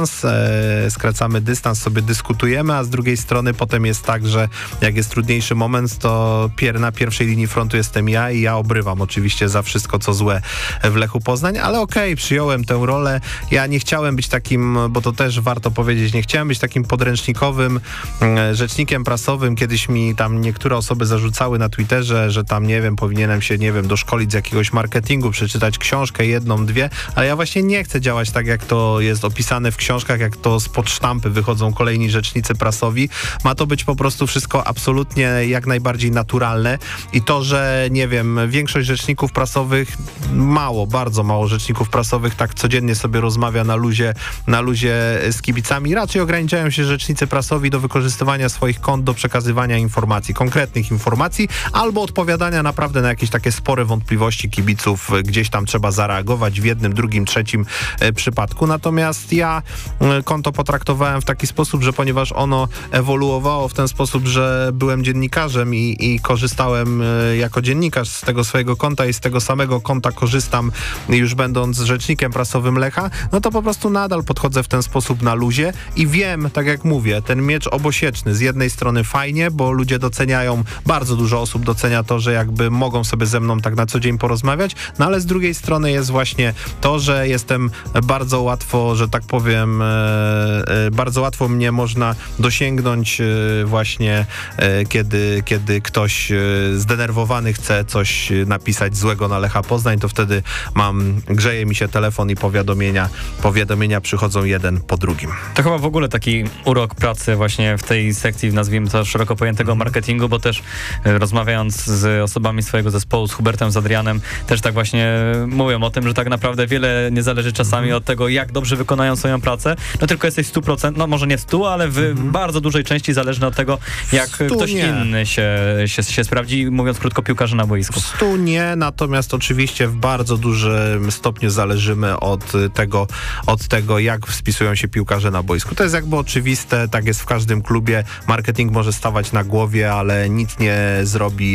dystans, sobie dyskutujemy, a z drugiej strony potem jest tak, że jak jest trudniejszy moment, to na pierwszej linii frontu jestem ja i ja obrywam oczywiście za wszystko, co złe w Lechu Poznań, ale okej, przyjąłem tę rolę. Ja nie chciałem być takim, bo to też warto powiedzieć, nie chciałem być takim podręcznikowym rzecznikiem prasowym. Kiedyś mi tam niektóre osoby zarzucały na Twitterze, że tam, nie wiem, powinienem się, nie wiem, doszkolić z jakiegoś marketingu, przeczytać książkę, 1, 2, ale ja właśnie nie chcę działać tak, jak to jest opisane w książkach, jak to spod sztampy wychodzą kolejni rzecznicy prasowi. Ma to być po prostu wszystko absolutnie jak najbardziej naturalne i to, że, nie wiem, większość rzeczników prasowych, bardzo mało rzeczników prasowych tak codziennie sobie rozmawia na luzie z kibicami. Raczej ograniczają się rzecznicy prasowi do wykorzystywania swoich kont, do przekazywania informacji, konkretnych informacji, albo odpowiadania naprawdę na jakieś takie spore wątpliwości kibiców. Gdzieś tam trzeba zareagować w jednym, drugim, trzecim przypadku. Natomiast ja konto potraktowałem w taki sposób, że ponieważ ono ewoluowało w ten sposób, że byłem dziennikarzem i korzystałem jako dziennikarz z tego swojego konta i z tego samego konta korzystam już będąc rzecznikiem prasowym Lecha, no to po prostu nadal podchodzę w ten sposób na luzie i wiem, tak jak mówię, ten miecz obosieczny z jednej strony fajnie, bo ludzie doceniają, bardzo dużo osób docenia to, że jakby mogą sobie ze mną tak na co dzień porozmawiać, no ale z drugiej strony jest właśnie to, że jestem bardzo łatwo, że tak powiem, bardzo łatwo mnie można dosięgnąć właśnie kiedy ktoś zdenerwowany chce coś napisać złego na Lecha Poznań, to wtedy grzeje mi się telefon i powiadomienia przychodzą jeden po drugim. To chyba w ogóle taki urok pracy właśnie w tej sekcji, nazwijmy to szeroko pojętego marketingu, bo też rozmawiając z osobami swojego zespołu, z Hubertem, z Adrianem, też tak właśnie mówią o tym, że tak naprawdę wiele nie zależy czasami od tego, jak dobrze wykonają swoją pracę, no tylko jesteś 100%, no może nie w 100, ale w bardzo dużej części zależny od tego, jak ktoś inny się sprawdzi, mówiąc krótko, piłkarze na boisku. 100 nie, natomiast oczywiście w bardzo dużym stopniu zależymy od tego, jak spisują się piłkarze na boisku. To jest jakby oczywiste, tak jest w każdym klubie. Marketing może stawać na głowie, ale nic nie zrobi,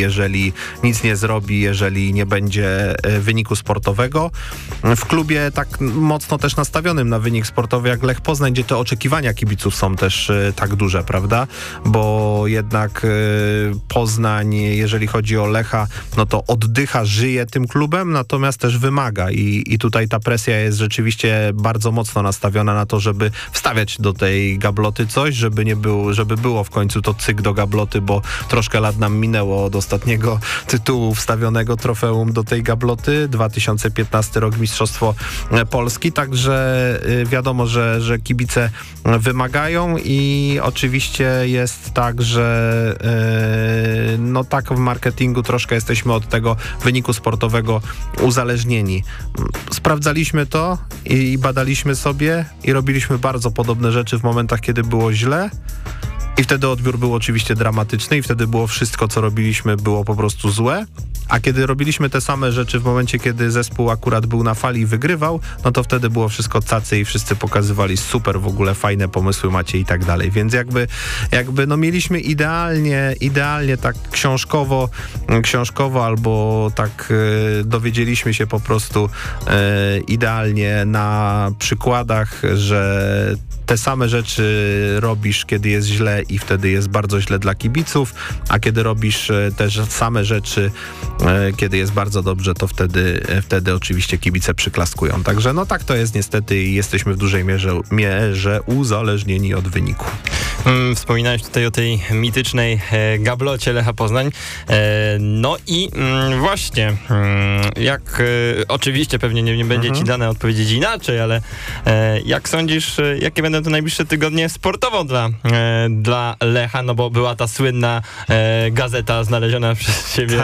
jeżeli nie będzie wyniku sportowego. W klubie tak mocno też nastawionym na wynik sportowy jak Lech Poznań, gdzie te oczekiwania kibiców są też tak duże, prawda? Bo jednak Poznań, jeżeli chodzi o Lecha, no to oddycha, żyje tym klubem, natomiast też wymaga i tutaj ta presja jest rzeczywiście bardzo mocno nastawiona na to, żeby wstawiać do tej gabloty coś, żeby było w końcu to cyk do gabloty, bo troszkę lat nam minęło od ostatniego tytułu wstawionego trofeum do tej gabloty, 2015 rok Mistrzostwo Polski, także wiadomo, że kibice wymagają i oczywiście jest tak, że no tak w marketingu troszkę jesteśmy od tego wyniku sportowego uzależnieni. Sprawdzaliśmy to i badaliśmy sobie i robiliśmy bardzo podobne rzeczy w momentach, kiedy było źle. I wtedy odbiór był oczywiście dramatyczny i wtedy było wszystko, co robiliśmy, było po prostu złe. A kiedy robiliśmy te same rzeczy w momencie, kiedy zespół akurat był na fali i wygrywał, no to wtedy było wszystko cacy i wszyscy pokazywali super, w ogóle fajne pomysły macie i tak dalej. Więc jakby no mieliśmy idealnie tak książkowo albo tak dowiedzieliśmy się po prostu idealnie na przykładach, że te same rzeczy robisz, kiedy jest źle i wtedy jest bardzo źle dla kibiców, a kiedy robisz też same rzeczy, kiedy jest bardzo dobrze, to wtedy oczywiście kibice przyklaskują. Także no tak to jest niestety i jesteśmy w dużej mierze uzależnieni od wyniku. Wspominałeś tutaj o tej mitycznej gablocie Lecha Poznań. No i właśnie, jak oczywiście pewnie nie będzie ci dane odpowiedzieć inaczej, ale jak sądzisz, jakie będą to najbliższe tygodnie sportowo dla Lecha, no bo była ta słynna gazeta znaleziona przez ciebie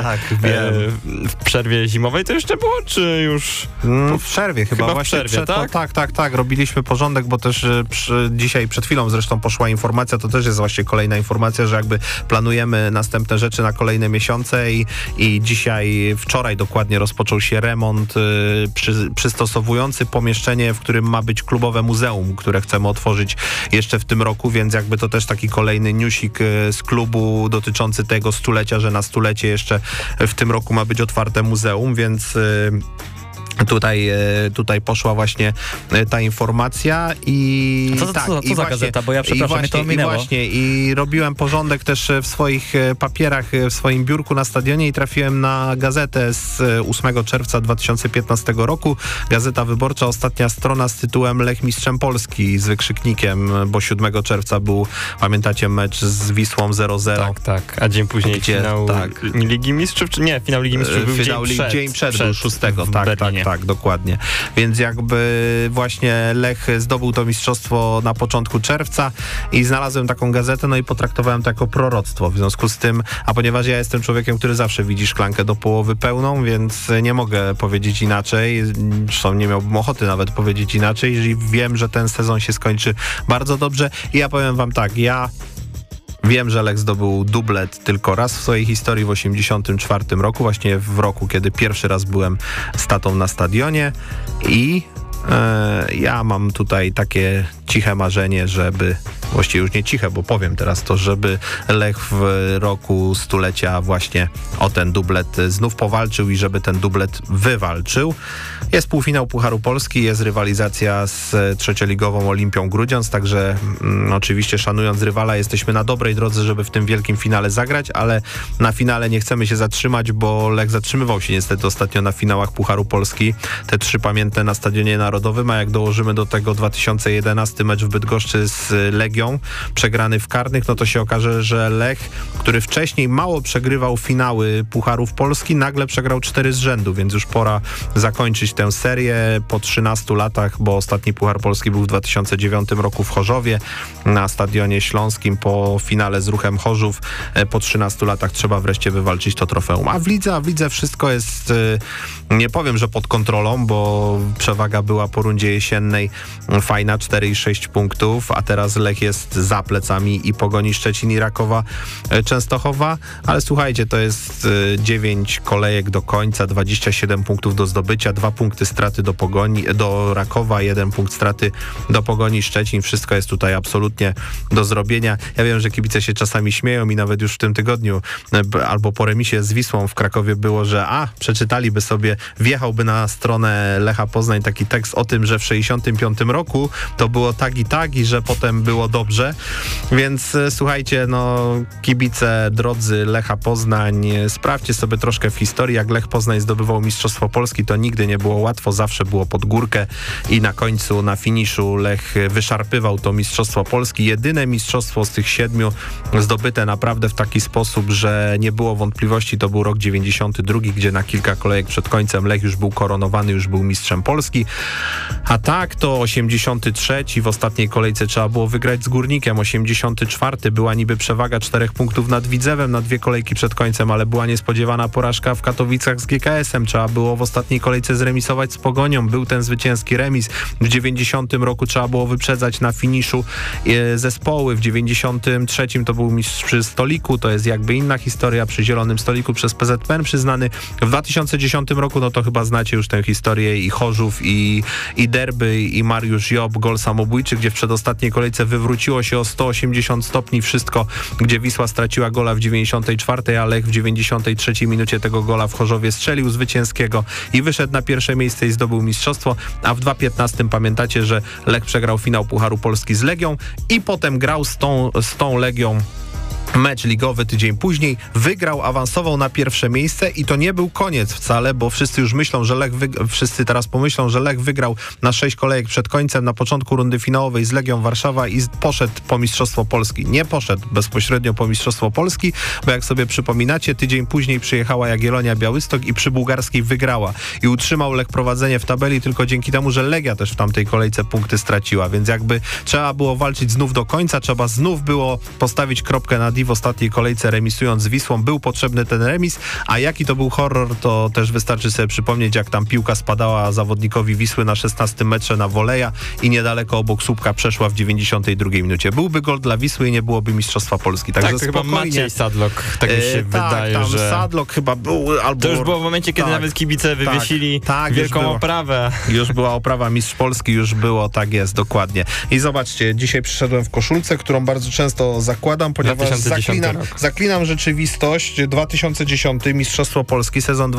w przerwie zimowej, to jeszcze było, czy już? W przerwie chyba właśnie. W przerwie, tak? Tak. Robiliśmy porządek, bo też dzisiaj, przed chwilą zresztą poszła informacja, to też jest właśnie kolejna informacja, że jakby planujemy następne rzeczy na kolejne miesiące i wczoraj dokładnie rozpoczął się remont przystosowujący pomieszczenie, w którym ma być klubowe muzeum, które chcemy otworzyć jeszcze w tym roku, więc jakby to też taki kolejny newsik z klubu dotyczący tego stulecia, że na stulecie jeszcze w tym roku ma być otwarte muzeum, więc Tutaj poszła właśnie ta informacja i... Co za gazeta? Bo ja przepraszam, mnie to minęło. I robiłem porządek też w swoich papierach, w swoim biurku na stadionie i trafiłem na gazetę z 8 czerwca 2015 roku. Gazeta Wyborcza, ostatnia strona z tytułem Lech mistrzem Polski z wykrzyknikiem, bo 7 czerwca był, pamiętacie, mecz z Wisłą 0-0. Tak. A dzień później finał Ligi Mistrzów, czy nie? Finał Ligi Mistrzów był dzień przed był 6. Tak, dokładnie. Więc jakby właśnie Lech zdobył to mistrzostwo na początku czerwca i znalazłem taką gazetę, no i potraktowałem to jako proroctwo. W związku z tym, a ponieważ ja jestem człowiekiem, który zawsze widzi szklankę do połowy pełną, więc nie mogę powiedzieć inaczej. Zresztą nie miałbym ochoty nawet powiedzieć inaczej, jeżeli wiem, że ten sezon się skończy bardzo dobrze. I ja powiem wam tak, wiem, że Lech zdobył dublet tylko raz w swojej historii w 1984 roku, właśnie w roku, kiedy pierwszy raz byłem z tatą na stadionie i ja mam tutaj takie ciche marzenie, żeby, właściwie już nie ciche, bo powiem teraz to, żeby Lech w roku stulecia właśnie o ten dublet znów powalczył i żeby ten dublet wywalczył. Jest półfinał Pucharu Polski, jest rywalizacja z trzecioligową Olimpią Grudziądz, także oczywiście szanując rywala jesteśmy na dobrej drodze, żeby w tym wielkim finale zagrać, ale na finale nie chcemy się zatrzymać, bo Lech zatrzymywał się niestety ostatnio na finałach Pucharu Polski. Te 3 pamiętne na Stadionie Narodowym, a jak dołożymy do tego 2011 mecz w Bydgoszczy z Legią, przegrany w karnych, no to się okaże, że Lech, który wcześniej mało przegrywał finały Pucharów Polski, nagle przegrał 4 z rzędu, więc już pora zakończyć tę serię po 13 latach, bo ostatni Puchar Polski był w 2009 roku w Chorzowie na Stadionie Śląskim po finale z Ruchem Chorzów. Po 13 latach trzeba wreszcie wywalczyć to trofeum. A w lidze wszystko jest, nie powiem, że pod kontrolą, bo przewaga była była po rundzie jesiennej fajna, 4,6 punktów, a teraz Lech jest za plecami i Pogoni Szczecin i Rakowa Częstochowa, ale słuchajcie, to jest 9 kolejek do końca, 27 punktów do zdobycia, 2 punkty straty do Rakowa, 1 punkt straty do Pogoni Szczecin. Wszystko jest tutaj absolutnie do zrobienia. Ja wiem, że kibice się czasami śmieją i nawet już w tym tygodniu albo po remisie z Wisłą w Krakowie było, że przeczytaliby sobie, wjechałby na stronę Lecha Poznań taki tekst o tym, że w 65 roku to było tak i że potem było dobrze. Więc słuchajcie, kibice drodzy Lecha Poznań, sprawdźcie sobie troszkę w historii, jak Lech Poznań zdobywał Mistrzostwo Polski, to nigdy nie było łatwo, zawsze było pod górkę i na końcu, na finiszu Lech wyszarpywał to Mistrzostwo Polski. Jedyne mistrzostwo z tych 7 zdobyte naprawdę w taki sposób, że nie było wątpliwości, to był rok 92, gdzie na kilka kolejek przed końcem Lech już był koronowany, już był mistrzem Polski. A tak to 83, w ostatniej kolejce trzeba było wygrać z Górnikiem, 84 była niby przewaga 4 punktów nad Widzewem na 2 kolejki przed końcem, ale była niespodziewana porażka w Katowicach z GKS-em. Trzeba było w ostatniej kolejce zremisować z Pogonią. Był ten zwycięski remis. W 90 roku trzeba było wyprzedzać na finiszu zespoły. W 93 to był mistrz przy stoliku. To jest jakby inna historia. Przy Zielonym Stoliku przez PZPN przyznany. W 2010 roku, to chyba znacie już tę historię i Chorzów, i derby, i Mariusz Job, gol samobójczy, gdzie w przedostatniej kolejce wywróciło się o 180 stopni wszystko, gdzie Wisła straciła gola w 94, a Lech w 93 minucie tego gola w Chorzowie strzelił zwycięskiego i wyszedł na pierwsze miejsce i zdobył mistrzostwo, a w 2015 pamiętacie, że Lech przegrał finał Pucharu Polski z Legią i potem grał z tą Legią mecz ligowy tydzień później, wygrał, awansował na pierwsze miejsce i to nie był koniec wcale, bo wszyscy już myślą, że wszyscy teraz pomyślą, że Lech wygrał na 6 kolejek przed końcem na początku rundy finałowej z Legią Warszawa i poszedł po Mistrzostwo Polski. Nie poszedł bezpośrednio po Mistrzostwo Polski, bo jak sobie przypominacie, tydzień później przyjechała Jagiellonia Białystok i przy bułgarskiej wygrała i utrzymał Lech prowadzenie w tabeli tylko dzięki temu, że Legia też w tamtej kolejce punkty straciła, więc jakby trzeba było walczyć znów do końca, trzeba znów było postawić kropkę na w ostatniej kolejce remisując z Wisłą. Był potrzebny ten remis, a jaki to był horror, to też wystarczy sobie przypomnieć, jak tam piłka spadała zawodnikowi Wisły na 16 metrze na woleja i niedaleko obok słupka przeszła w 92 minucie. Byłby gol dla Wisły i nie byłoby Mistrzostwa Polski. Także tak, to chyba Maciej Sadlok, tak mi się wydaje, tam że... Sadlok chyba był, albo... To już było w momencie, kiedy nawet kibice wywiesili wielką oprawę. Już była oprawa Mistrz Polski, już było, tak jest, dokładnie. I zobaczcie, dzisiaj przyszedłem w koszulce, którą bardzo często zakładam, ponieważ zaklinam rzeczywistość. 2010 Mistrzostwo Polski, sezon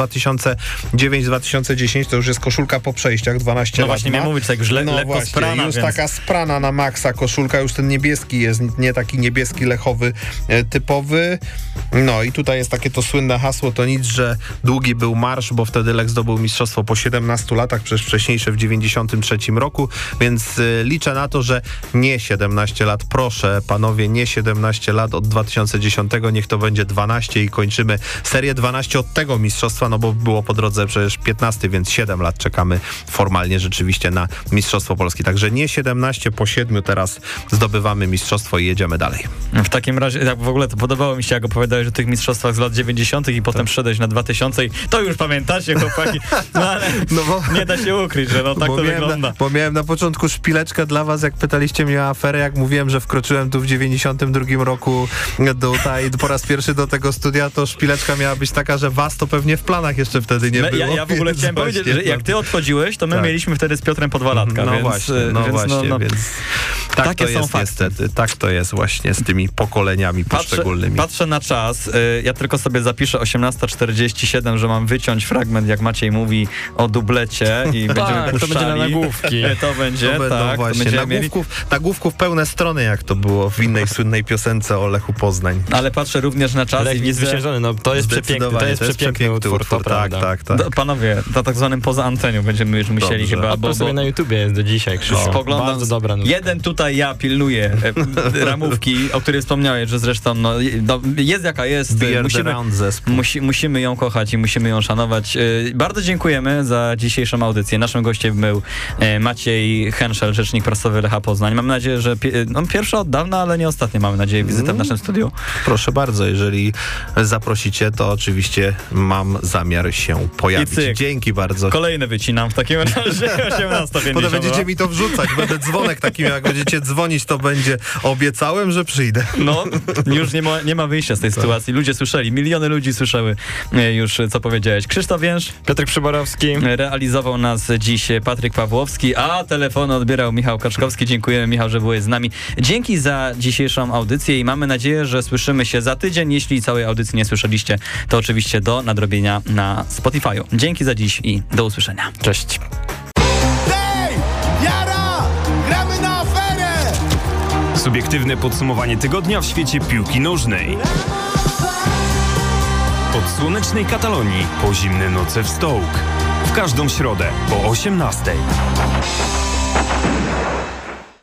2009-2010, to już jest koszulka po przejściach, 12 lat. No właśnie, miałem mówić, tak już lekko właśnie, sprana. Już więc... taka sprana na maksa koszulka, już ten niebieski jest, nie taki niebieski lechowy typowy. No i tutaj jest takie to słynne hasło, to nic, że długi był marsz, bo wtedy Lech zdobył mistrzostwo po 17 latach, przecież wcześniejsze w 93 roku, więc liczę na to, że nie 17 lat, proszę panowie, nie 17 lat od 2010, niech to będzie 12 i kończymy serię 12 od tego mistrzostwa, no bo było po drodze przecież 15, więc 7 lat czekamy formalnie rzeczywiście na Mistrzostwo Polski. Także nie 17, po 7 teraz zdobywamy mistrzostwo i jedziemy dalej. W takim razie, tak w ogóle to podobało mi się, jak opowiadałeś o tych mistrzostwach z lat 90. i potem szedłeś na 2000 i to już pamiętacie, chłopaki, no ale nie da się ukryć, że tak to wygląda. Bo miałem na początku szpileczkę dla was, jak pytaliście mnie o aferę, jak mówiłem, że wkroczyłem tu w 92 roku tutaj po raz pierwszy do tego studia, to szpileczka miała być taka, że was to pewnie w planach jeszcze wtedy nie było. Ja w ogóle chciałem powiedzieć, że jak ty odchodziłeś, to my mieliśmy wtedy z Piotrem po 2 latka, no więc... Więc tak takie to jest są niestety. Tak to jest właśnie z tymi pokoleniami poszczególnymi. Patrzę na czas, ja tylko sobie zapiszę 18:47, że mam wyciąć fragment, jak Maciej mówi o dublecie i będziemy puszczali. To będzie na nagłówki. To będzie, tak. Właśnie, nagłówków pełne strony, jak to było w innej słynnej piosence o Lechu Poznań. Ale patrzę również na czas Lech niezwyciężony, no to jest przepiękny utwór, to prawda. Tak. Panowie, na tak zwanym poza antenią będziemy już musieli chyba, bo sobie na YouTubie jest do dzisiaj, Krzysztof. Spoglądam, bardzo dobra nuta. Jeden tutaj ja pilnuję ramówki, o której wspomniałeś, że zresztą jest jaka jest. Musimy ją kochać i musimy ją szanować. Bardzo dziękujemy za dzisiejszą audycję. Naszym gościem był Maciej Henszel, rzecznik prasowy Lecha Poznań. Mam nadzieję, że pierwsza od dawna, ale nie ostatnia, mamy nadzieję, wizytę w naszym studiu. studiu? Proszę bardzo, jeżeli zaprosicie, to oczywiście mam zamiar się pojawić. I cyk. Dzięki bardzo. Kolejny wycinam w takim razie 18:50. Potem będziecie mi to wrzucać, będę dzwonek takim, jak będziecie dzwonić, to będzie obiecałem, że przyjdę. No, już nie ma wyjścia z tej sytuacji. Ludzie słyszeli, miliony ludzi słyszały już, co powiedziałeś. Krzysztof Więż, Piotr Przyborowski. realizował nas dziś Patryk Pawłowski, a telefon odbierał Michał Kaczkowski. Dziękujemy, Michał, że byłeś z nami. Dzięki za dzisiejszą audycję i mamy nadzieję, że słyszymy się za tydzień. Jeśli całej audycji nie słyszeliście, to oczywiście do nadrobienia na Spotify'u. Dzięki za dziś i do usłyszenia. Cześć. Hej! Jara! Gramy na aferę! Subiektywne podsumowanie tygodnia w świecie piłki nożnej. Od słonecznej Katalonii po zimne noce w Stoke. W każdą środę po 18:00.